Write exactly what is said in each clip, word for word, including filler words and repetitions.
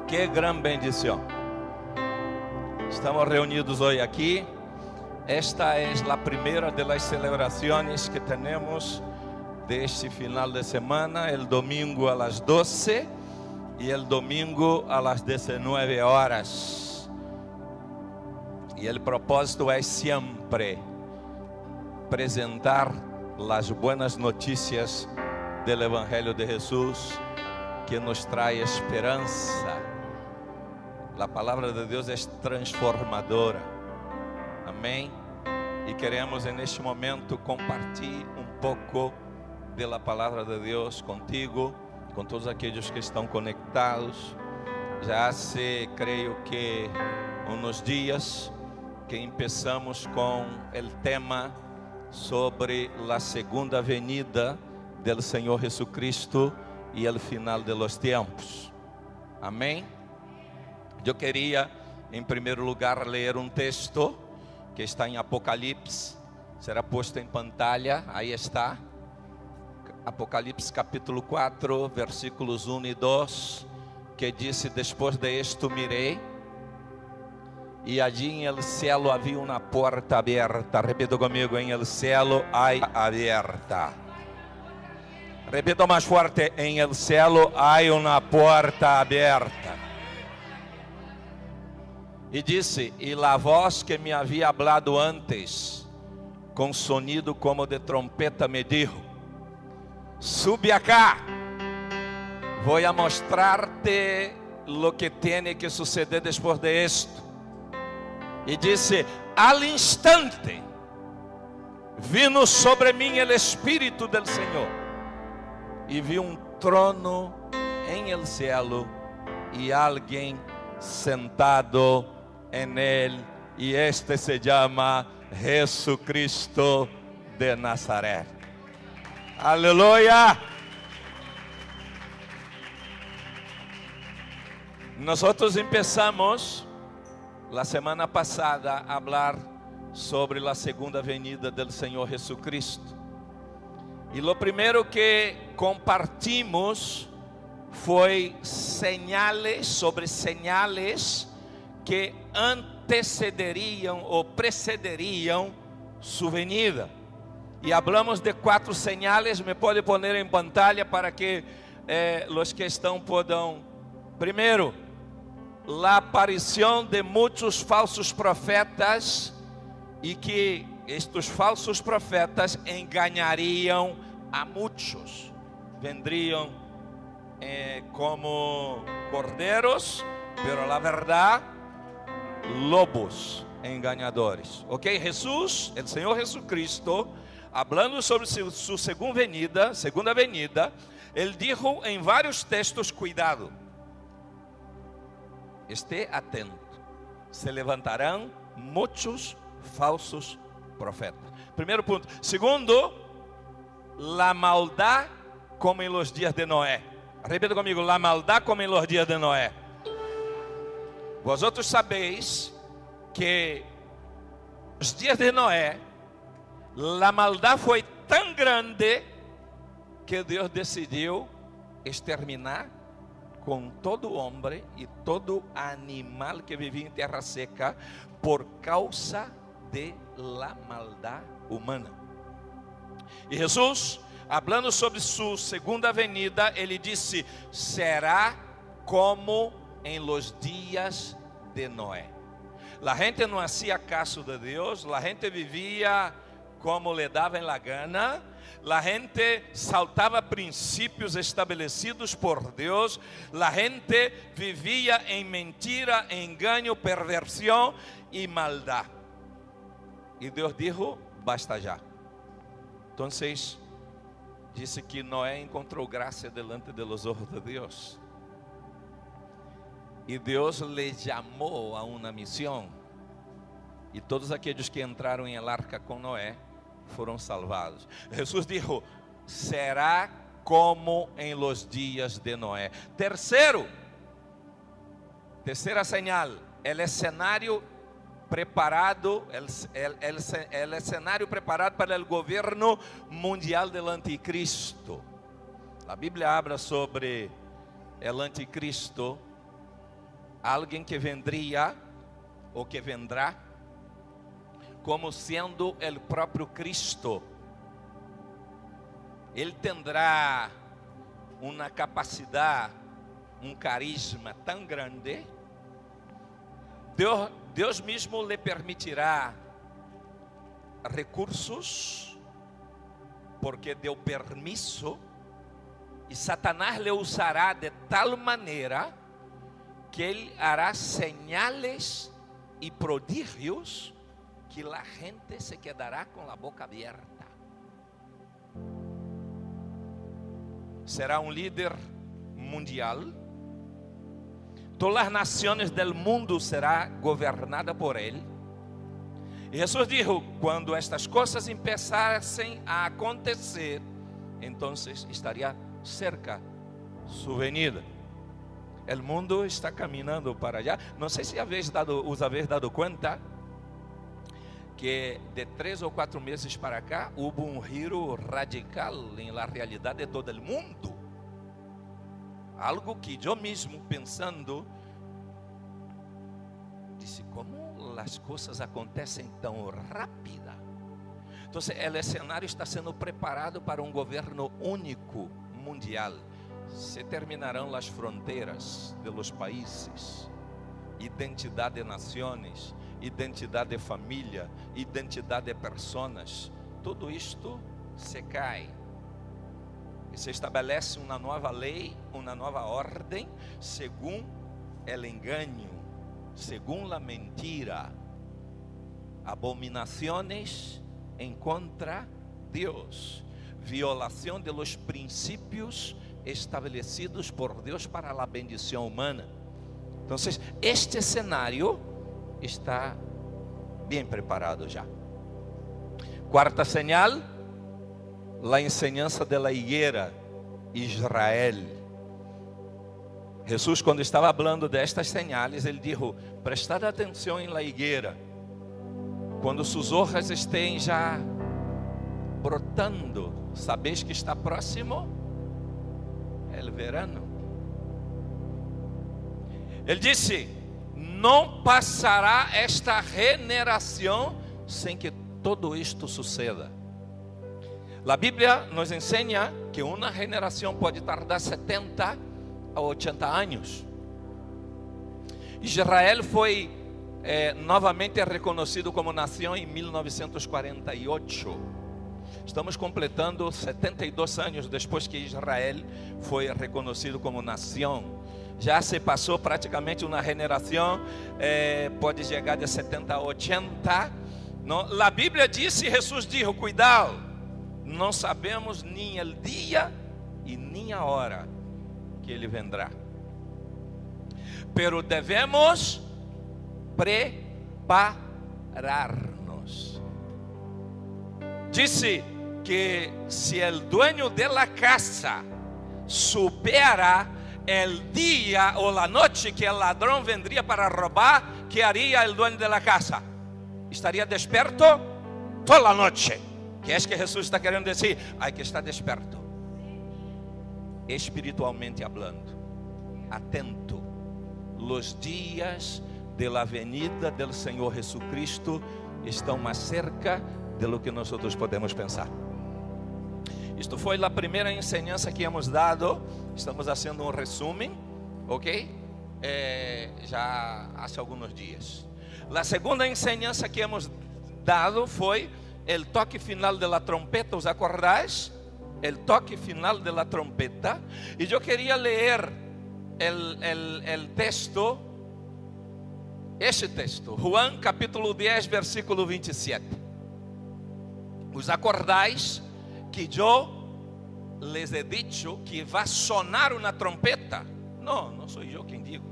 Qué gran bendición. Estamos reunidos hoy aquí. Esta es la primera de las celebraciones que tenemos de este final de semana, el domingo a las doce y el domingo a las diecinueve horas. Y el propósito es siempre presentar las buenas noticias del Evangelio de Jesús, que nos trae esperanza. La palabra de Dios es transformadora. Amén. Y queremos en este momento compartir un poco de la palabra de Dios contigo, con todos aquellos que están conectados. Ya hace, creo que unos días que empezamos con el tema sobre la segunda venida del Señor Jesucristo y el final de los tiempos. Amén. Yo quería en primer lugar leer un texto que está en Apocalipsis. Será puesto en pantalla, ahí está. Apocalipsis capítulo cuatro, versículos uno y dos, que dice: después de esto miré, y allí en el cielo había una puerta abierta. Repito conmigo: en el cielo hay abierta. Repito más fuerte: en el cielo hay una puerta abierta. Y dice: y la voz que me había hablado antes, con sonido como de trompeta, me dijo: sube acá, voy a mostrarte lo que tiene que suceder después de esto. Y dice: al instante vino sobre mí el Espíritu del Señor, y vi un trono en el cielo y alguien sentado en él, y este se llama Jesucristo de Nazaret. Aleluya. Nosotros empezamos la semana pasada a hablar sobre la segunda venida del Señor Jesucristo. Y lo primero que compartimos fue señales sobre señales que antecederían o precederían su venida. Y hablamos de cuatro señales. Me puede poner en pantalla para que eh, los que están puedan. Primero, la aparición de muchos falsos profetas, y que estos falsos profetas engañarían a muchos. Vendrían eh, como corderos, pero la verdad, lobos engañadores. Ok, Jesús, el Señor Jesucristo, hablando sobre su, su segunda venida, segunda venida, Él dijo en varios textos: cuidado, esté atento, se levantarán muchos falsos profetas. Primeiro ponto. Segundo, la maldad como en los días de Noé. Repita comigo: la maldad como en los días de Noé. Vosotros sabéis que los días de Noé, la maldad fue tan grande que Dios decidió exterminar con todo hombre y todo animal que vivía en tierra seca por causa de la maldad humana. Y Jesús, hablando sobre su segunda venida, Él dice: será como en los días de Noé. La gente no hacía caso de Dios, la gente vivía como le daba en la gana, la gente saltaba princípios estabelecidos por Dios, la gente vivía en mentira, engaño, perversión y maldad. Y Dios dijo: basta ya. Entonces dice que Noé encontró gracia delante de los ojos de Dios. Y Dios le llamó a una misión. Y todos aquellos que entraron en el arca con Noé fueron salvados. Jesús dijo: será como en los días de Noé. Tercero, tercera señal, el escenario preparado, el, el, el, el escenario preparado para el gobierno mundial del anticristo. La Biblia habla sobre el anticristo alguém que vendria ou que vendrá como sendo o próprio Cristo. Ele terá uma capacidade, um carisma tão grande. Deus, Deus mesmo lhe permitirá recursos, porque deu permisso, e Satanás lhe usará de tal maneira que ele hará señales e prodígios que a gente se quedará com a boca aberta. Será um líder mundial. Todas as nações do mundo será governada por ele. E Jesus disse: quando estas coisas começassem a acontecer, então estaria cerca sua venida. O mundo está caminhando para allá. Não sei se habéis dado, os habéis dado conta que de três ou quatro meses para cá houve um giro radical em la realidade de todo o mundo. Algo que eu mesmo pensando disse: como as coisas acontecem tão rápida? Então, o cenário está sendo preparado para um governo único mundial. Se terminarão as fronteiras de los países, identidade de nações, identidade de família, identidade de pessoas. Tudo isto se cai e se estabelece uma nova lei, uma nova ordem, segundo o engano, segundo a mentira, abominações em contra Deus, violação de los princípios estabelecidos por Deus para a bendição humana. Então, este cenário está bem preparado já. Quarta señal, a enseñança de la higuera, Israel. Jesus, quando estava falando destas señales, ele disse: prestad atenção em la higuera. Quando suas hojas estejam já brotando, sabeis que está próximo o verano. Ele disse: não passará esta generação sem que todo isto suceda. A Bíblia nos ensina que uma geração pode tardar setenta a oitenta anos. Israel foi eh, novamente reconhecido como nação em mil novecentos e quarenta e oito. Estamos completando setenta e dois anos depois que Israel foi reconhecido como nação. Já se passou praticamente uma geração, eh, pode chegar de setenta a oitenta. Não? A Bíblia disse, Jesus disse: cuidado, não sabemos nem o dia e nem a hora que ele vendrá. Pero devemos preparar-nos. Disse que se o dueño de la casa supiera el día o la noche que el ladrón vendría para robar, ¿qué haría el dueño de la casa? Estaría despierto toda la noche. ¿Qué es que Jesús está queriendo decir? Hay que estar despierto, espiritualmente hablando, atento. Los días de la venida del Señor Jesucristo estão mais cerca de lo que nós podemos pensar. Isto foi a primeira enseñança que hemos dado. Estamos fazendo um resumo, ok? Eh, já há alguns dias. A segunda enseñança que hemos dado foi o toque final de la trompeta. ¿Os acordáis? O toque final de la trompeta. E eu queria ler el, el, el texto, este texto, Juan capítulo dez, versículo vinte e sete. ¿Os acordáis que eu les he dicho que vai sonar uma trompeta? Não, não sou eu quem digo.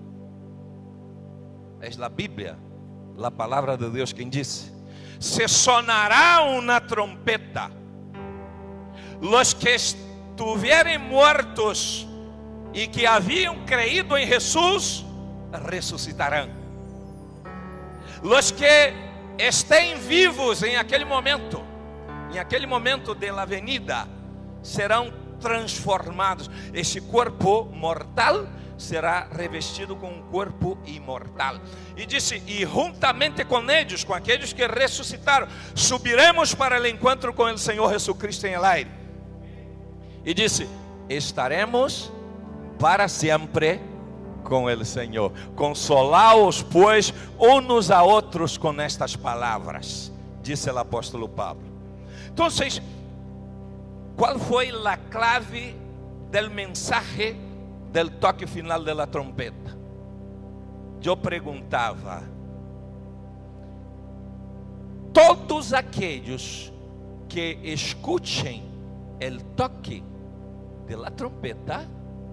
É a Bíblia, a palavra de Deus quem disse: se sonará uma trompeta, los que estiverem muertos e que haviam creído em Jesus ressuscitarão. Los que estén vivos em aquele momento, em aquele momento de la venida, serão transformados. Esse corpo mortal será revestido com um corpo imortal. E disse: e juntamente com eles, com aqueles que ressuscitaram, subiremos para o encontro com o Senhor Jesucristo em el aire. E disse: estaremos para sempre com o Senhor. Consolaos, pois, uns a outros com estas palavras, disse o apóstolo Pablo. Então, qual foi a clave do mensaje del toque final de la trompeta? Eu perguntava: todos aqueles que escutem el toque de la trompeta,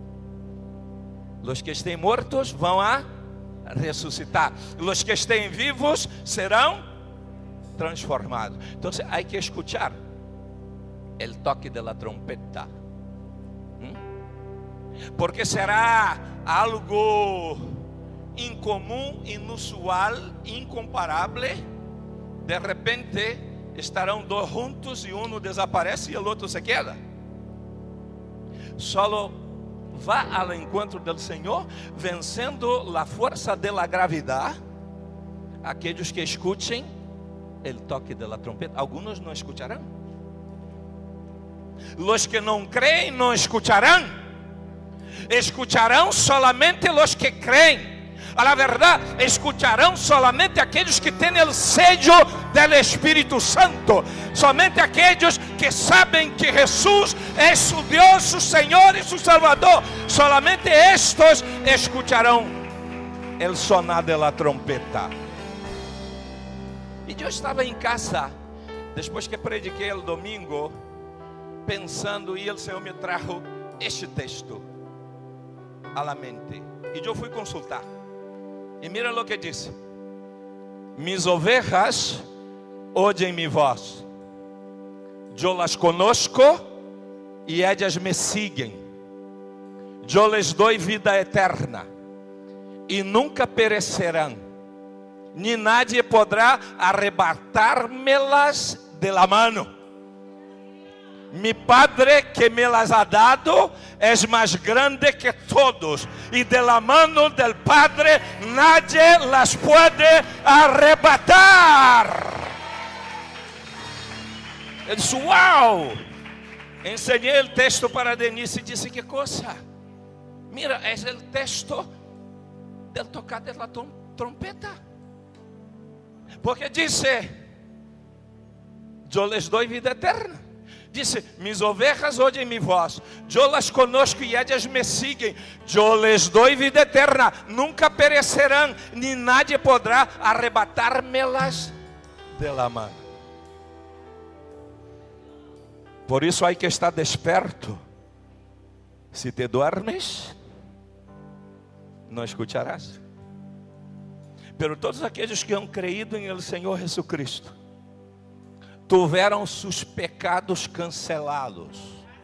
os que estén mortos vão a ressuscitar, os que estén vivos serão transformados. Então, há que escuchar el toque de la trompeta, porque será algo incomum, inusual, incomparável. De repente estarão dois juntos e um desaparece e o outro se queda. Solo vá ao encontro do Senhor, vencendo a força da gravidade, aqueles que escutem o toque da trompeta. Alguns não escutarão. Os que não creem não escutarão. Escutarão solamente os que creem. A la verdade, escutarão solamente aqueles que têm o sello do Espírito Santo. Somente aqueles que sabem que Jesus é su Deus, su Senhor e su Salvador. Solamente estes escutarão el sonar de la trompeta. E eu estava em casa, depois que prediquei o domingo, pensando, e o Senhor me trajo este texto a la mente. E eu fui consultar. E mira o que disse: mis ovejas oyen mi voz, yo las conozco y ellas me siguen, yo les doy vida eterna y nunca perecerán, ni nadie podrá arrebatármelas de la mano. Mi Padre que me las ha dado es más grande que todos, y de la mano del Padre nadie las puede arrebatar. Eu disse: uau! Enseñei o texto para Denise e disse: que coisa? Mira, é o texto del tocar de la trompeta. Porque disse: eu les doy vida eterna. Disse: mis ovejas oyen mi voz, yo las conozco y ellas me siguen, yo les doy vida eterna, nunca perecerán, ni nadie podrá arrebatármelas de la mano. Por isso hay que estar desperto. Si te duermes, não escucharás. Pero todos aqueles que han creído en el Senhor Jesucristo tiveram seus pecados cancelados.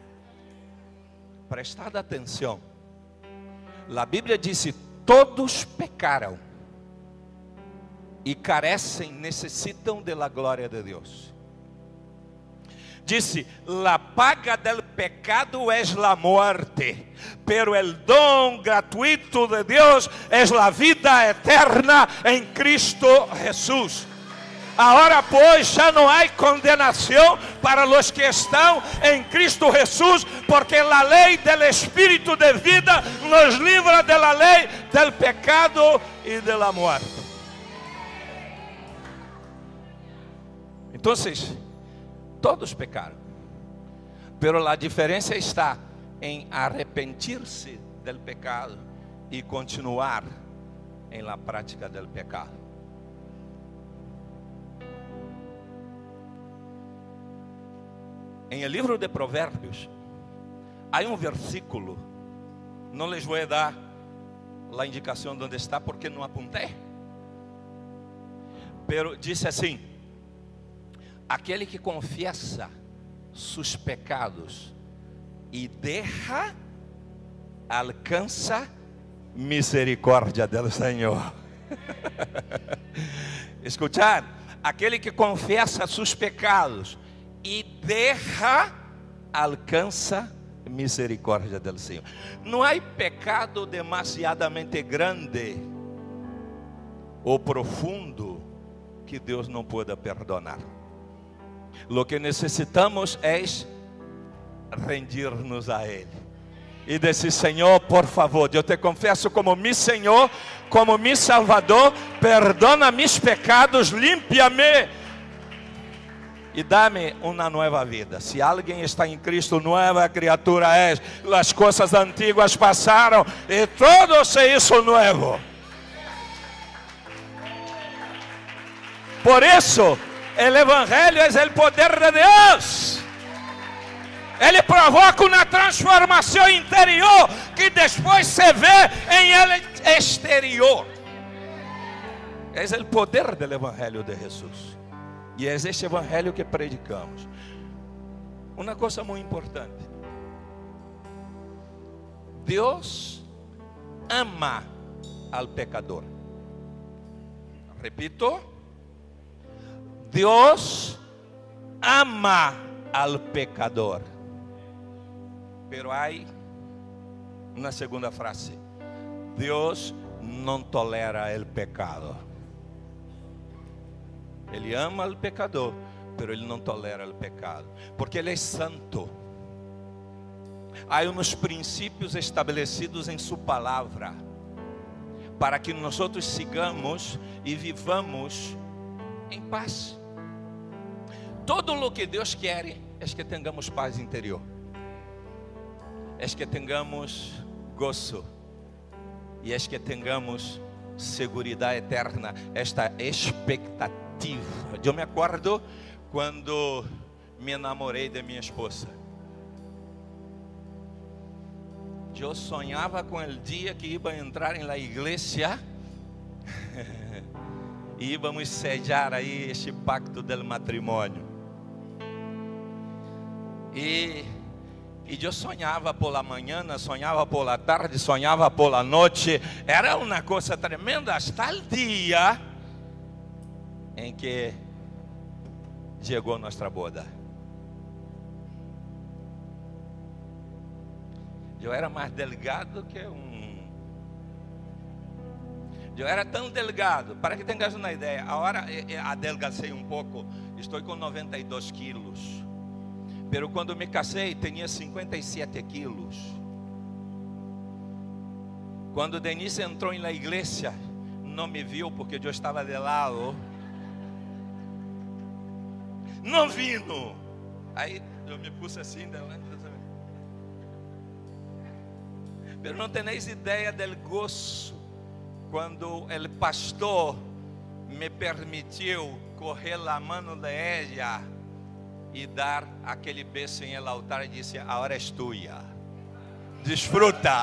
Prestad atenção. A Bíblia diz: todos pecaram e carecem, necessitam da glória de Deus. Disse: la paga del pecado es la muerte, pero el don gratuito de Dios es la vida eterna en Cristo Jesús. Agora, pois, já não há condenação para os que estão em Cristo Jesus, porque a lei do Espírito de vida nos livra da lei do pecado e da morte. Então, todos pecaram, pero a diferença está em arrepentir-se do pecado e continuar em la prática do pecado. Em el livro de Provérbios, há um versículo, não les vou dar a indicação de onde está, porque não apontei, pero disse assim: aquele que confiesa seus pecados e deixa, alcança misericórdia do Senhor. Escuchar, aquele que confiesa seus pecados e deixa, alcança misericórdia do Senhor. Não há pecado demasiadamente grande ou profundo que Deus não pueda perdonar. Lo que necessitamos é rendir-nos a Ele e dizer: Senhor, por favor, eu te confesso como mi Senhor, como mi Salvador, perdona mis pecados, limpia-me e dá-me uma nova vida. Se alguém está em Cristo, nova criatura é. As coisas antigas passaram e todo se hizo novo. Por isso, o Evangelho é o poder de Deus. Ele provoca uma transformação interior que depois se vê em ele exterior. É o poder do Evangelho de Jesus. E é este Evangelho que predicamos. Uma coisa muito importante: Deus ama al pecador. Repito. Deus ama al pecador. Pero há uma segunda frase: Deus não tolera el pecado. Ele ama al pecador, pero ele não tolera el pecado, porque ele é santo. Há uns princípios estabelecidos em sua palavra para que nós sigamos e vivamos em paz. Todo o que Deus quer é que tenhamos paz interior, é que tenhamos gozo e é que tenhamos segurança eterna, esta expectativa. Eu me acordo quando me enamorei de minha esposa. Eu sonhava com o dia que ia entrar em la igreja e íamos sellar aí este pacto del matrimônio. E, e eu sonhava por la manhã, sonhava por la tarde, sonhava por la noite. Era uma coisa tremenda, hasta o dia em que chegou nossa boda. Eu era mais delgado que um... Eu era tão delgado, para que tenhas uma ideia, agora adelgacei um pouco, estou com noventa e dois quilos. Pero quando me casei, tinha cinquenta e sete quilos. Quando Denise entrou na igreja, não me viu porque eu estava de lado. Não vino. Aí eu me pus assim, pero não tenéis ideia do gozo quando o pastor me permitiu correr a mão de ela e dar aquele beijo em el altar e disse: a hora é tua, desfruta.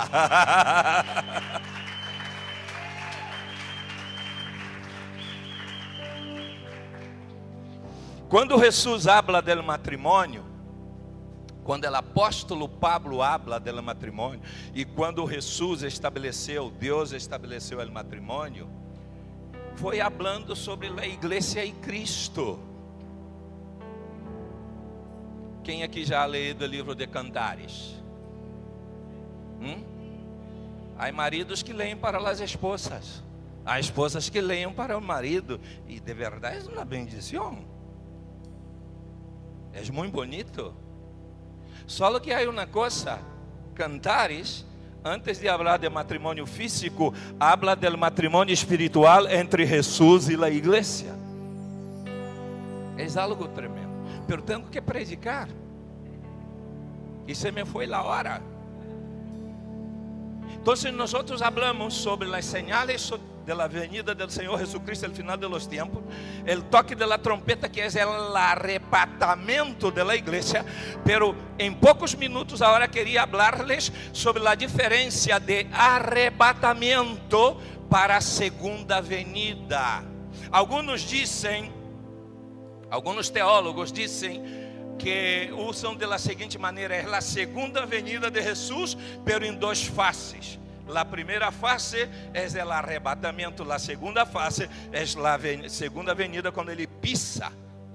Quando Jesus habla del matrimônio, quando o apóstolo Pablo habla del matrimônio, e quando Jesus estabeleceu, Deus estabeleceu o matrimônio, foi hablando sobre a igreja e Cristo. Quem aqui já ha leído o livro de Cantares? Hum? Há maridos que leem para as esposas, há esposas que leem para o marido, e de verdade é uma bendição. É muito bonito. Só que há uma coisa: Cantares, antes de falar de matrimônio físico, habla del matrimônio espiritual entre Jesus e a igreja. É algo tremendo. Pero tenho que predicar, e se me foi a hora. Então, nós falamos sobre as señales de la venida del Senhor Jesucristo, el final de los tiempos, el toque de la trompeta, que es el arrebatamento de la iglesia. Pero en pocos minutos ahora quería hablarles sobre la diferencia de arrebatamento para segunda venida. Algunos dicen, algunos teólogos dicen que usam de la seguinte maneira: é a segunda venida de Jesus, pero em duas faces. A primeira fase é o arrebatamento, a segunda fase é a segunda venida, quando ele pisa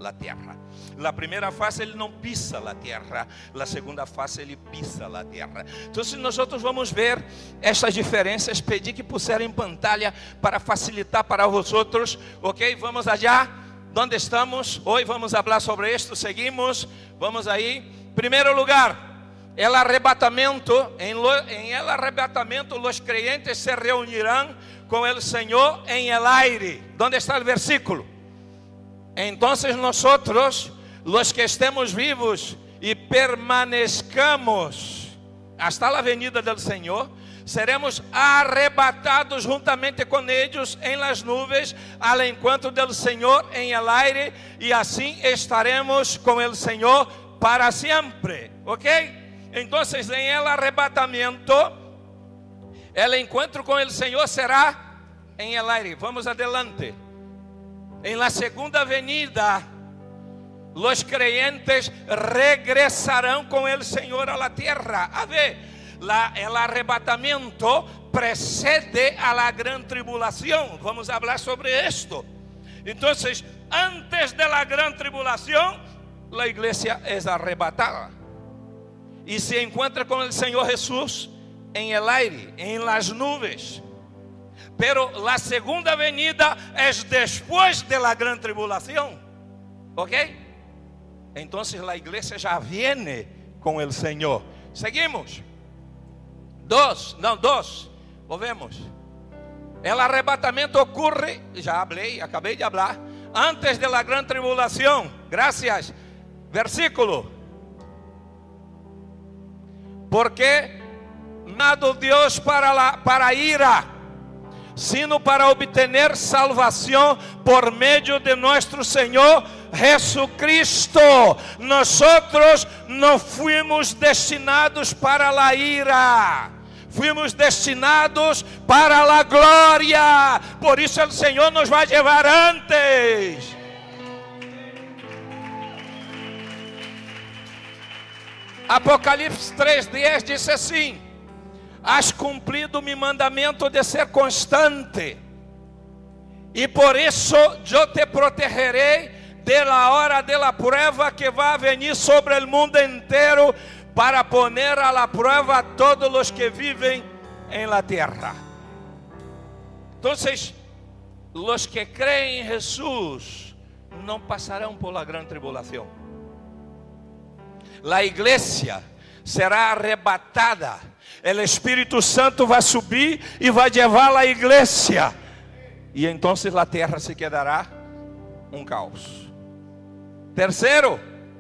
la tierra. La primera fase Él no pisa la tierra, la segunda fase Ele pisa la tierra. Então, nós vamos ver essas diferenças. Pedi que puseram em pantalla para facilitar para vosotros. Ok, vamos allá. ¿Dónde estamos? Hoy vamos a hablar sobre esto. Seguimos, vamos ahí. Primeiro lugar, el arrebatamento. En, lo, en el arrebatamento los creyentes se reunirán con el Señor en el aire. ¿Dónde está el versículo? Entonces nosotros, los que estemos vivos y permanezcamos hasta la venida del Señor, seremos arrebatados juntamente con ellos en las nubes al encuentro del Señor en el aire, y así estaremos con el Señor para siempre. ¿Ok? Entonces en el arrebatamiento, el encuentro con el Señor será en el aire. Vamos adelante. En la segunda venida, los creyentes regresarán con el Señor a la tierra. A ver, la, el arrebatamiento precede a la gran tribulación. Vamos a hablar sobre esto. Entonces, antes de la gran tribulación, la iglesia es arrebatada y se encuentra con el Señor Jesús en el aire, en las nubes. Pero la segunda venida es después de la gran tribulación. ¿Ok? Entonces la iglesia ya viene con el Señor. Seguimos. Dos, no, dos. Volvemos. El arrebatamento ocurre, ya hablé, acabé de hablar, antes de la gran tribulación. Gracias. Versículo. Porque nada Dios para, la, para ira, sino para obtener salvación por medio de nuestro Señor Jesucristo. Nosotros no fuimos destinados para la ira, fuimos destinados para la gloria. Por isso o Senhor nos vai levar antes. Apocalipse três, dez diz assim: has cumprido mi mandamento de ser constante, e por isso eu te protegerei de la hora de la prueba que va a venir sobre el mundo entero, para poner a la prueba a todos los que viven en la tierra. Entonces, los que creen en Jesús no pasarán por la gran tribulación. La iglesia será arrebatada. El Espíritu Santo vai subir e vai levar a igreja, e então a terra se quedará um caos. Terceiro,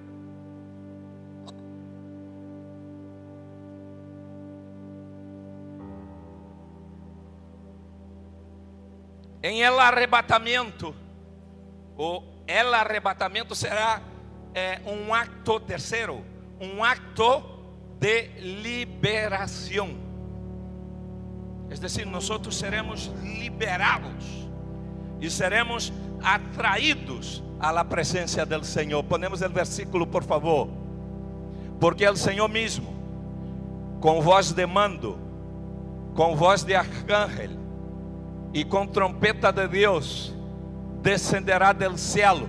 em el arrebatamento, o el arrebatamento será é, um acto terceiro, um acto de liberação. Es decir, nosotros seremos liberados y seremos atraídos a la presencia del Señor. Ponemos el versículo, por favor. Porque el Señor mismo, con voz de mando, con voz de arcángel y con trompeta de Dios, descenderá del cielo,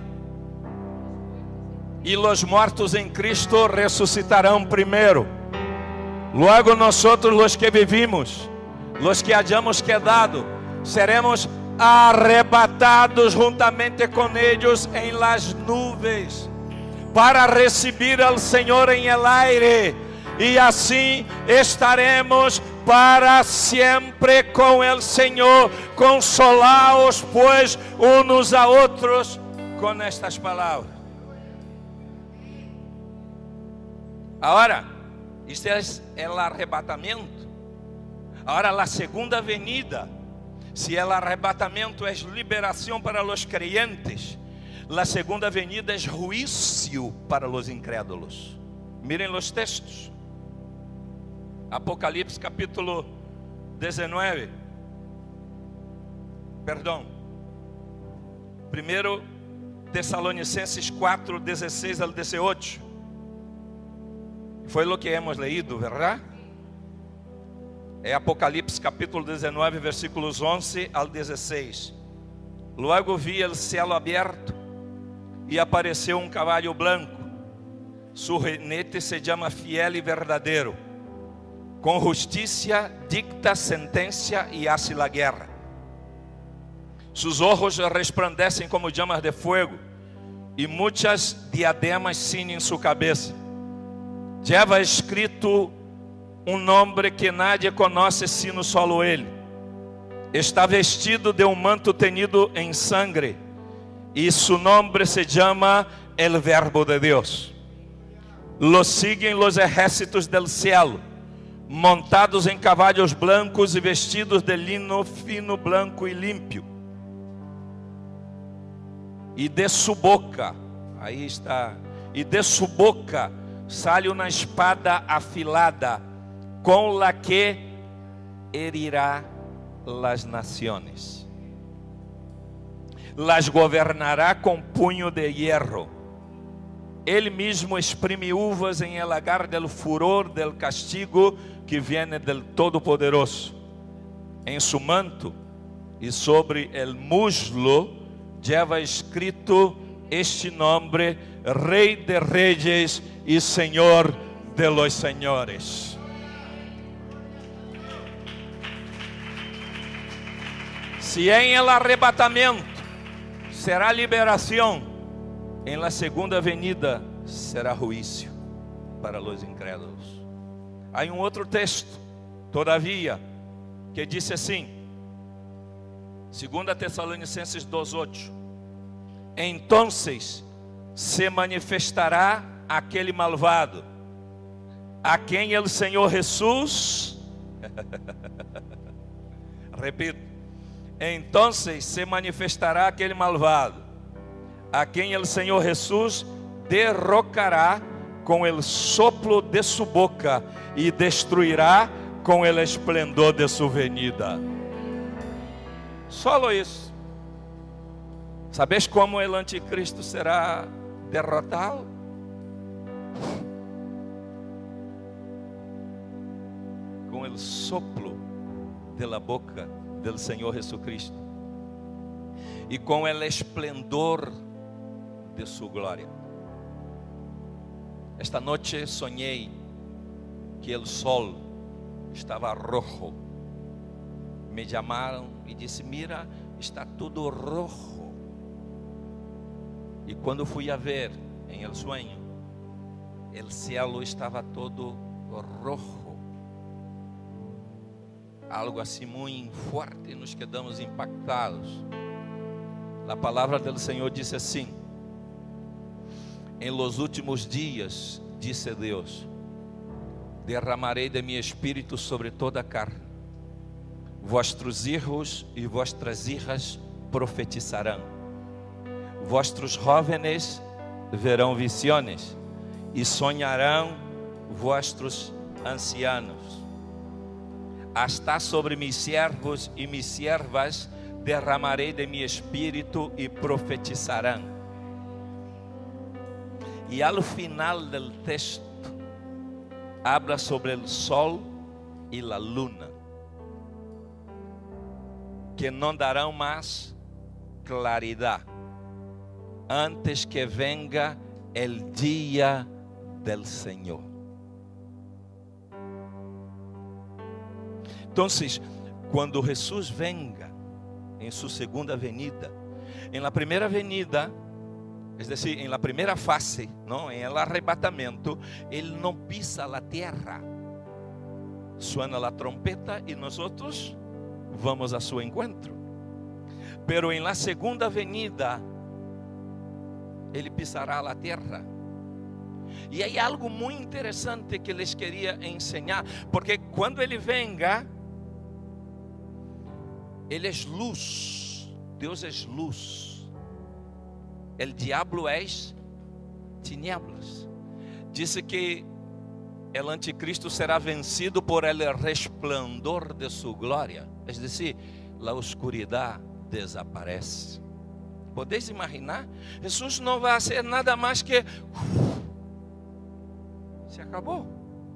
y los muertos en Cristo resucitarán primero. Luego nosotros, los que vivimos, los que hayamos quedado, seremos arrebatados juntamente con ellos en las nubes, para recibir al Señor en el aire, y así estaremos para siempre con el Señor. Consolaos pues unos a otros con estas palabras. Ahora, este es el arrebatamento. Ahora, la segunda venida, si el arrebatamento es liberación para los creyentes, la segunda venida es juicio para los incrédulos. Miren los textos. Apocalipse capítulo diecinueve. Perdón. Primero Tesalonicenses cuatro, dieciséis al dieciocho. Foi o que hemos leído, verdade? É Apocalipse capítulo diecinueve, versículos once al dieciséis. Luego vi el cielo abierto, y apareció un caballo blanco. Su jinete se llama Fiel y Verdadero. Con justicia dicta sentencia y hace la guerra. Sus ojos resplandecen como llamas de fuego, y muchas diademas ciñen su cabeza. Lleva escrito un nombre que nadie conoce sino solo él. Está vestido de un manto teñido en sangre, y su nombre se llama el Verbo de Dios. Lo siguen los ejércitos del cielo, montados en caballos blancos y vestidos de lino fino, blanco y limpio. Y de su boca, ahí está, y de su boca sale una espada afilada, con la que herirá las naciones. Las gobernará con puño de hierro. Él mismo exprime uvas en el lagar del furor del castigo que viene del Todopoderoso. En su manto y sobre el muslo lleva escrito este nombre: Rey de Reyes y Señor de los Señores. Si en el arrebatamiento será liberación, en la segunda venida será juicio para los incrédulos. Hay un otro texto todavía que dice así, segunda Tesalonicenses dos ocho: entonces se manifestará aquele malvado, a quem el Señor Jesús repito, entonces se manifestará aquele malvado, a quem el Señor Jesús derrocará com el soplo de su boca e destruirá com el esplendor de su venida. Solo isso. ¿Sabes como el anticristo será derrotado? Com el soplo de la boca del Señor Jesucristo e com el esplendor de su gloria. Esta noche soñé que el sol estaba rojo. Me llamaron y disse: mira, está todo rojo. E quando fui a ver en el sueño, el cielo estaba todo rojo. Algo assim muito forte, e nos quedamos impactados. A palavra do Senhor disse assim: em los últimos dias, disse Deus, derramarei de mi espírito sobre toda a carne. Vossos hijos e vossas hijas profetizarão. Vossos jóvenes verão visiones e sonharão vossos ancianos. Hasta sobre mis siervos e mis siervas derramarei de mi espírito e profetizarão. E ao final do texto habla sobre o sol e a luna, que não darão mais claridade antes que venga el dia del Senhor. Então, quando Jesus venga em sua segunda venida, em la primeira venida, es decir, en la primera fase, ¿no? En el arrebatamiento, Él no pisa la tierra. Suena la trompeta y nosotros vamos a su encuentro. Pero en la segunda venida, Él pisará la tierra. Y hay algo muy interesante que les quería enseñar, porque cuando Él venga, Él es luz, Dios es luz. El diablo es tinieblas. Dice que el anticristo será vencido por el resplandor de su gloria. Es decir, la oscuridad desaparece. ¿Podéis imaginar? Jesús no va a hacer nada más que uf, se acabó.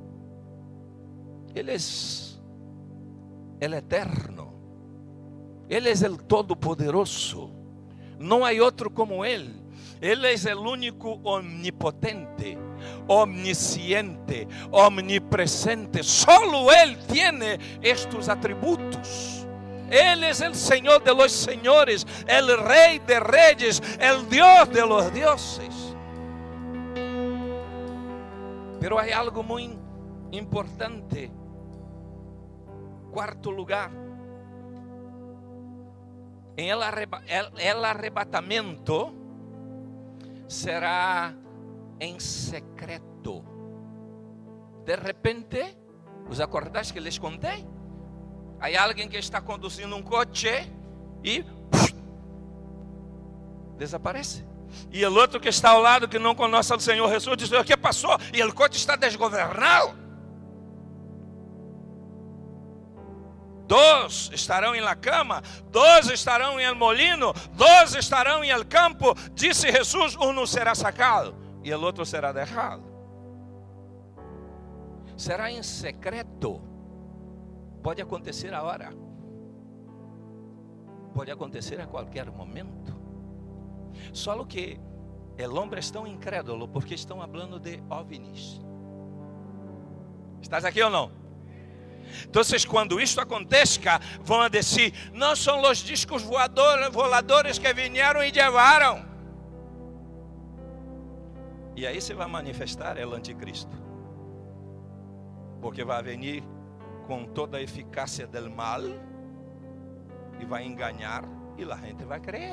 Él es el eterno. Él es el todopoderoso. Não há outro como Ele. Ele é o único omnipotente, omnisciente, omnipresente. Solo Él tiene estos atributos. Él es el Señor de los señores, el Rey de reyes, el Dios de los dioses. Pero hay algo muy importante. Cuarto lugar. En el, arreba el, el arrebatamento será em secreto. De repente, ¿os acordáis que les contei? Há alguém que está conduzindo um coche e puf, desaparece. E o outro que está ao lado, que não conhece o Senhor Jesus, diz: o que passou? E o coche está desgovernado. Dois estarão em la cama, dois estarão em el molino, dois estarão em el campo. Disse Jesus: um será sacado e o outro será deixado. Será em secreto. Pode acontecer agora. Pode acontecer a qualquer momento. Só que o homem é tão incrédulo porque estão falando de ovnis. Estás aqui ou não? Então, quando isto aconteça, vão dizer: não são os discos voadores, voladores que vieram e levaram. E aí se vai manifestar o anticristo, porque vai vir com toda a eficácia do mal e vai enganar e a gente vai crer.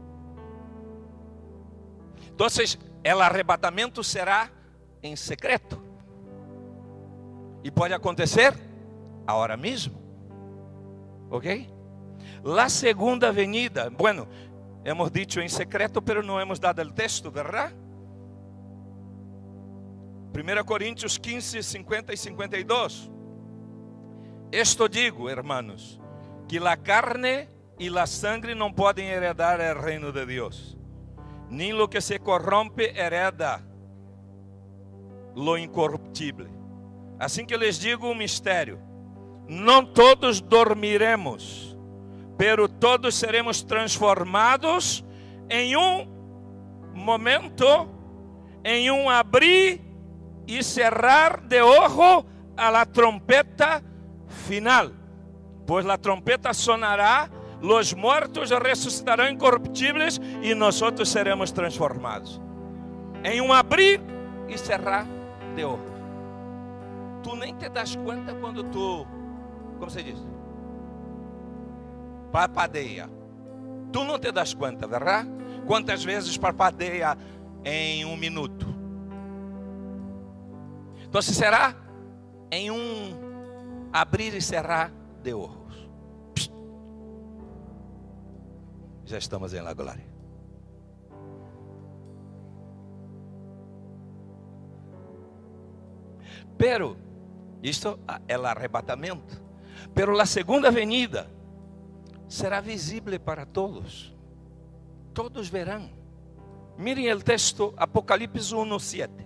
Então, o arrebatamento será em secreto e pode acontecer agora mesmo, ok? La segunda venida, bueno, hemos dicho en secreto, pero no hemos dado el texto, ¿verdad? Primera Corintios quince, cincuenta y cincuenta y dos. Esto digo, hermanos, que la carne y la sangre no pueden heredar el reino de Dios, ni lo que se corrompe hereda lo incorruptible. Assim que les digo um mistério: não todos dormiremos, pero todos seremos transformados em um momento, em um abrir e cerrar de ojo a la trompeta final. Pois la trompeta sonará, los muertos ressuscitarão incorruptíveis e nós outros seremos transformados. Em um abrir e cerrar de ojo. Tu nem te das conta quando tu, como se diz? Parpadeia. Tu não te das conta, verdade? Quantas vezes parpadeia em um minuto? Então, se será em um abrir e cerrar de olhos. Psst. Já estamos em la glória. Pero, isto é o arrebatamento. Pero a segunda venida será visível para todos. Todos verão. Mirem o texto, Apocalipse um, sete.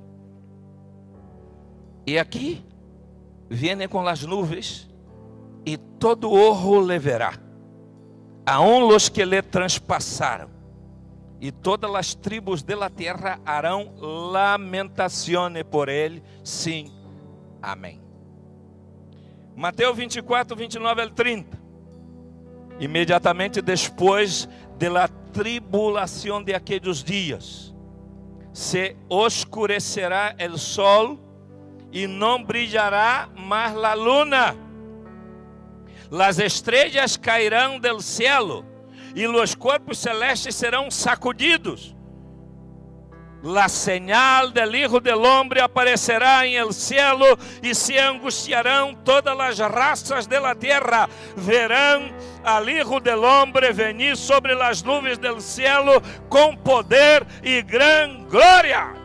E aqui, viene com as nuvens, e todo ojo le verá, aun los que le transpassaram, e todas as tribos de la tierra harão lamentações por ele, sim, amém. Mateus vinte e quatro, vinte e nove ao trinta. Imediatamente depois de la tribulação de aqueles dias, se oscurecerá el sol e não brilhará mais la luna. Las estrelas cairão del cielo e los corpos celestes serão sacudidos. La señal del Hijo del Hombre aparecerá en el cielo y se angustiarán todas las razas de la tierra. Verán al Hijo del Hombre venir sobre las nubes del cielo con poder y gran gloria.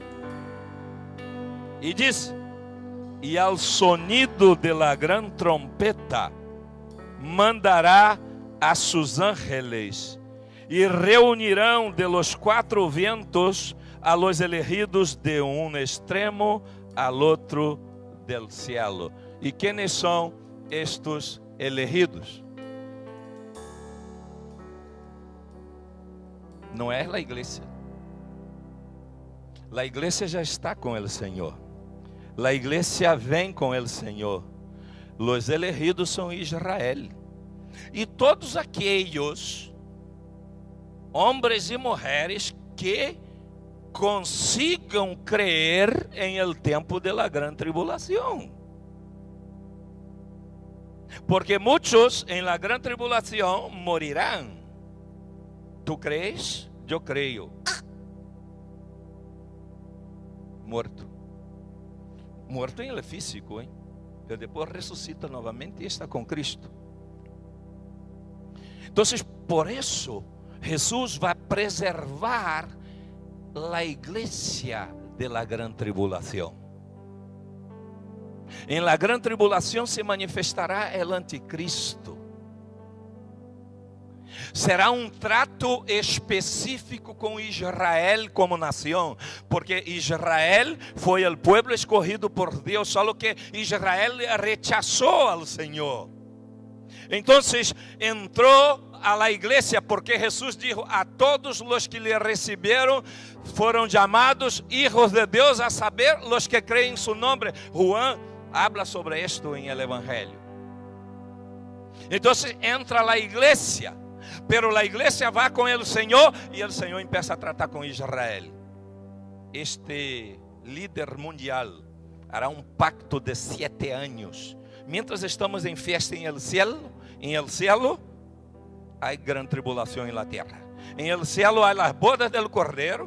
Y dice: y al sonido de la gran trompeta mandará a sus ángeles y reunirán de los cuatro vientos a los elegidos de un extremo al otro del cielo. ¿Y quiénes son estos elegidos? no es la iglesia. La iglesia ya está con el Señor. La iglesia vem com el Senhor. Los elegidos são Israel. E todos aqueles homens e mulheres que consigam crer em el tempo de la gran tribulação. Porque muitos em la gran tribulação morirão. ¿Tú crees? Eu creio. Muerto. Muerto em el físico, hein? Pero depois ressuscita novamente e está com Cristo. Então, por isso, Jesus vai preservar a igreja de la gran tribulação. Em la gran tribulação se manifestará el anticristo. Será um trato específico com Israel como nação, porque Israel foi o povo escolhido por Deus, só que Israel rechazou ao Senhor. Então entrou a la igreja, porque Jesus dijo: a todos os que lhe receberam foram chamados hijos de Deus, a saber, los que creem em su nome. Juan habla sobre esto em el Evangelho. Então entra a igreja, pero a igreja vai com o Senhor e o Senhor começa a tratar com Israel. Este líder mundial hará um pacto de sete anos. Mientras estamos em festa em el cielo, em el cielo há gran tribulação em la terra. Em el cielo há as bodas del Cordeiro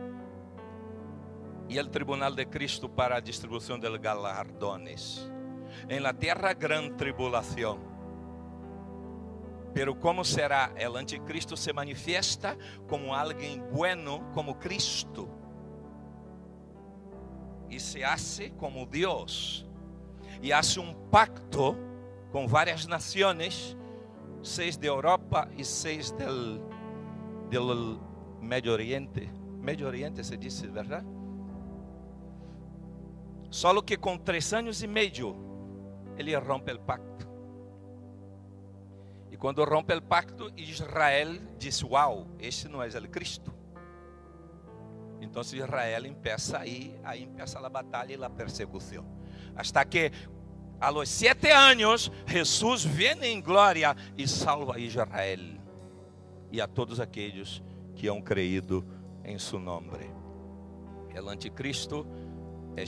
e o tribunal de Cristo para a distribuição de galardones. Em la terra, gran tribulação. Pero como será? El anticristo se manifiesta como alguém bueno, como Cristo, e se hace como Deus, e hace um pacto com várias nações, seis de Europa e seis del, del Medio Oriente. Medio Oriente se diz, verdade? Só que com três anos e meio ele rompe o pacto. E quando rompe o pacto, Israel diz: uau, este não é o Cristo. Então Israel empieza aí, aí empieza a batalha e a persecução. Hasta que a los sete anos, Jesus vem em glória e salva a Israel e a todos aqueles que han creído em su nome. O anticristo é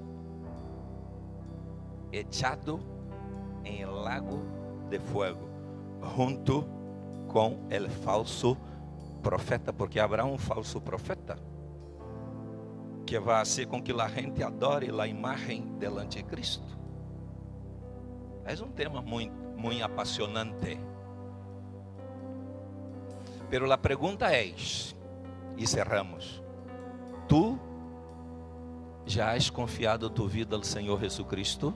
echado em el lago de fuego, junto com el falso profeta, porque haverá um falso profeta que vai fazer com que a gente adore a imagem do anticristo. É um tema muito, muito apaixonante. Pero a pergunta é, e cerramos: tu já has confiado tu vida ao Senhor Jesus Cristo?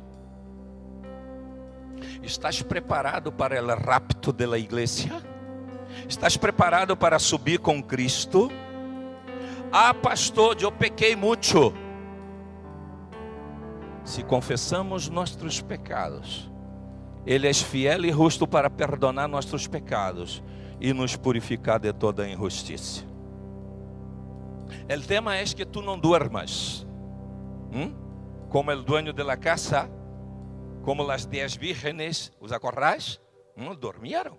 Estás preparado para o rapto da igreja? Estás preparado para subir com Cristo? Ah, pastor, eu pequei muito. Se confessamos nossos pecados, Ele é fiel e justo para perdonar nossos pecados e nos purificar de toda injustiça. O tema é que tu não duermas, ¿Mm? como o dueño de la casa, como as dez vírgenes, os acorrais, não dormiram.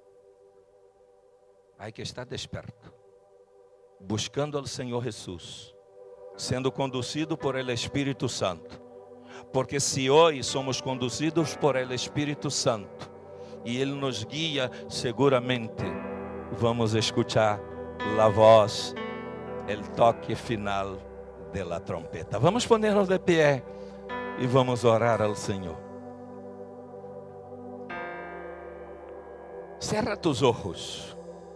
Há que estar desperto, buscando ao Senhor Jesus, sendo conduzido por el Espírito Santo. Porque se hoje somos conduzidos por el Espírito Santo e Ele nos guia, seguramente vamos escuchar a voz, o toque final de la trompeta. Vamos ponernos de pé e vamos orar ao Senhor. Cerra tus ojos.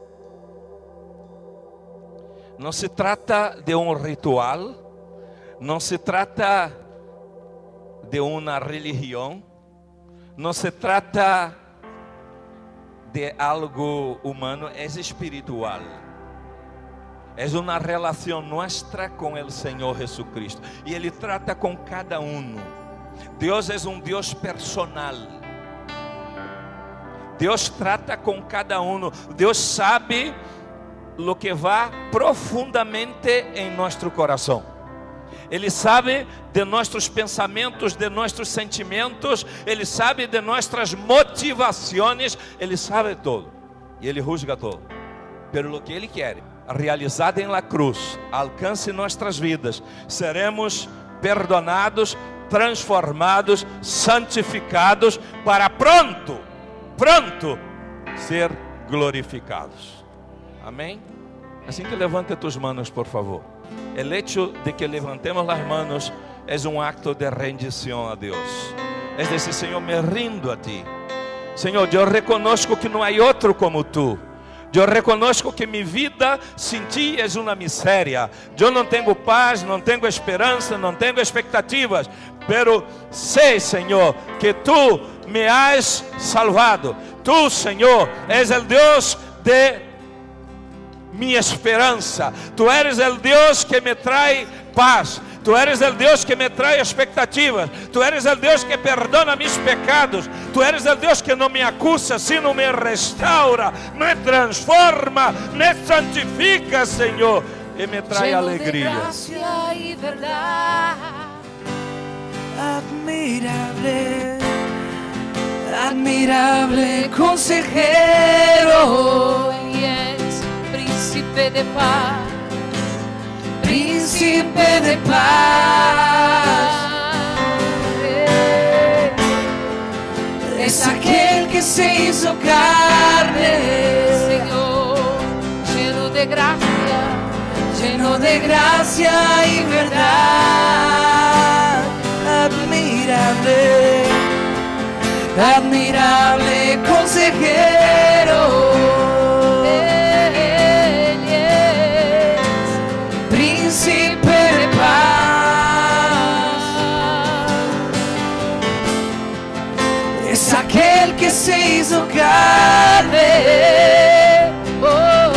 Não se trata de um ritual, não se trata de uma religião, não se trata de algo humano, é espiritual. É uma relação nossa com o Senhor Jesus Cristo. E Ele trata com cada um. Deus é um Deus personal. Deus trata com cada um. Deus sabe lo que va profundamente em nosso coração. Ele sabe de nossos pensamentos, de nossos sentimentos. Ele sabe de nossas motivações. Ele sabe tudo. E Ele juzga tudo. Pero lo que Ele quer, realizado em la cruz, alcance nossas vidas. Seremos perdonados, transformados, santificados, para pronto, pronto, ser glorificados. Amém? Assim que levante tus manos, por favor. El hecho de que levantemos las manos es un acto de rendición a Dios. Es decir, Señor, me rindo a ti. Señor, yo reconozco que no hay otro como tú. Yo reconozco que mi vida sin ti es una miseria. Yo no tengo paz, no tengo esperanza, no tengo expectativas. Pero sé, Señor, que tú me has salvado. Tú, Señor, es el Dios de mi esperanza. Tú eres el Dios que me trae paz. Tú eres el Dios que me trae expectativas. Tú eres el Dios que perdona mis pecados. Tú eres el Dios que no me acusa, sino me restaura, me transforma, me santifica, Señor, y me trae lleno alegría. De gracia y verdad, admirable, admirable consejero, y es príncipe de paz. Príncipe de paz, es aquel que se hizo carne, Señor, lleno de gracia, lleno de gracia y verdad, admirable, admirable consejero. Príncipe de paz, es aquel que se hizo carne, oh,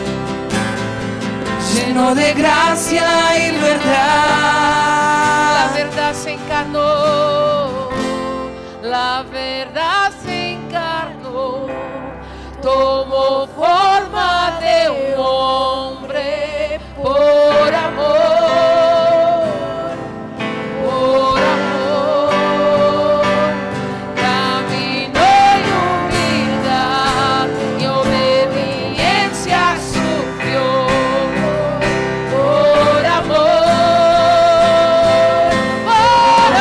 lleno de gracia y verdad. La verdad se encarnó, la verdad se encarnó, tomó forma de un hombre. Por amor, por amor, caminó en humildad y obediencia sufrió. Por amor, por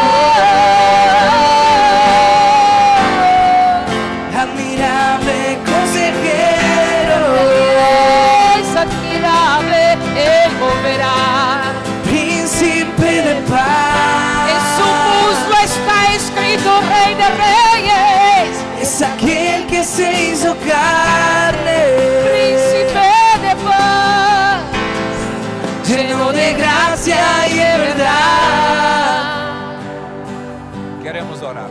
amor, admirable consejero, es admirable. Él volverá, príncipe de paz. En su muslo está escrito Rey de Reyes. Es aquel que se hizo carne, príncipe de paz, lleno de gracia y de verdad. Queremos orar.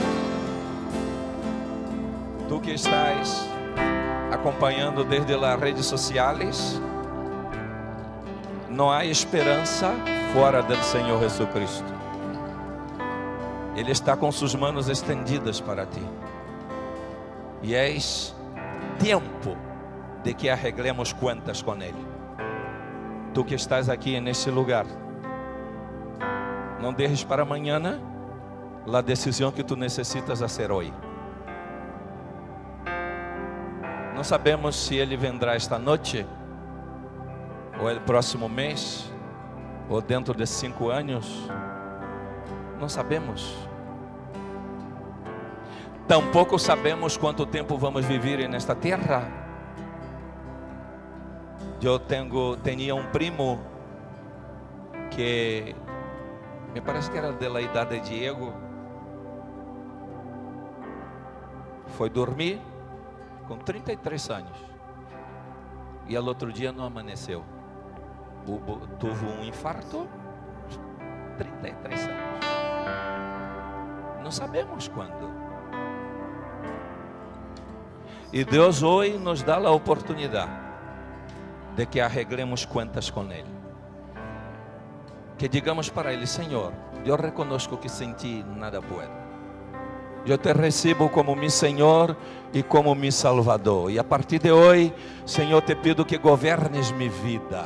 Tú que estás acompanhando desde las redes sociais, não há esperança fora do Senhor Jesucristo. Ele está com suas mãos estendidas para ti. E és tempo de que arreglemos contas com Ele. Tu que estás aqui nesse lugar, não deixes para amanhã a decisão que tu necessitas fazer hoje. Não sabemos se Ele vendrá esta noite, ou el próximo mês, ou dentro de cinco anos, não sabemos. Tampouco sabemos quanto tempo vamos viver nesta terra. Eu tenho, tinha um primo que me parece que era da idade de Diego. Foi dormir com trinta e três anos e ao outro dia não amanheceu. Teve um infarto, trinta e três anos. Não sabemos quando. E Deus hoje nos dá a oportunidade de que arreglemos contas com Ele. Que digamos para Ele: Senhor, eu reconozco que sem Ti nada puedo. Eu te recebo como meu Senhor e como meu Salvador. E a partir de hoje, Senhor, te pido que governes minha vida.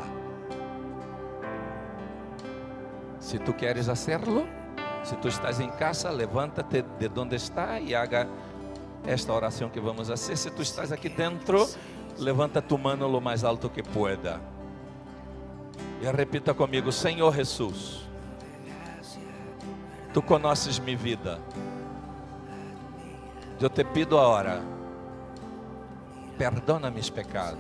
Se tu queres hacerlo, se tu estás em casa, levanta-te de onde está e haga esta oração que vamos fazer. Se tu estás aqui dentro, levanta tu mano lo mais alto que pueda. E repita comigo: Senhor Jesus, tu conheces minha vida. Eu te pido agora, perdona meus pecados,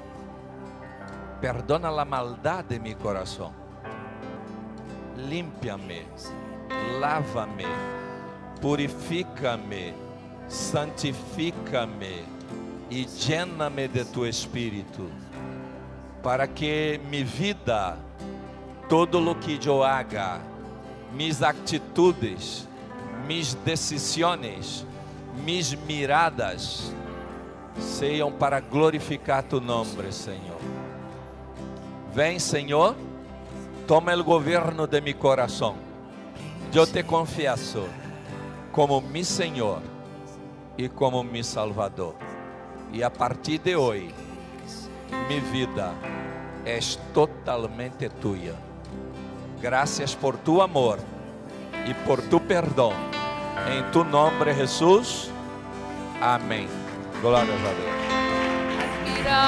perdona a maldade de meu coração, límpia-me, lava-me, purifica-me, santifica-me e llena-me de tu Espírito, para que minha vida, todo o que eu haga, mis atitudes, mis decisões, mis miradas, sejam para glorificar tu nome, Senhor. Vem, Senhor, toma o governo de mi coração. Eu te confieso como mi Senhor e como mi Salvador. E a partir de hoje, mi vida é totalmente tuya. Gracias por tu amor e por tu perdão. Em tu nome, Jesus. Amém. Glórias a Deus.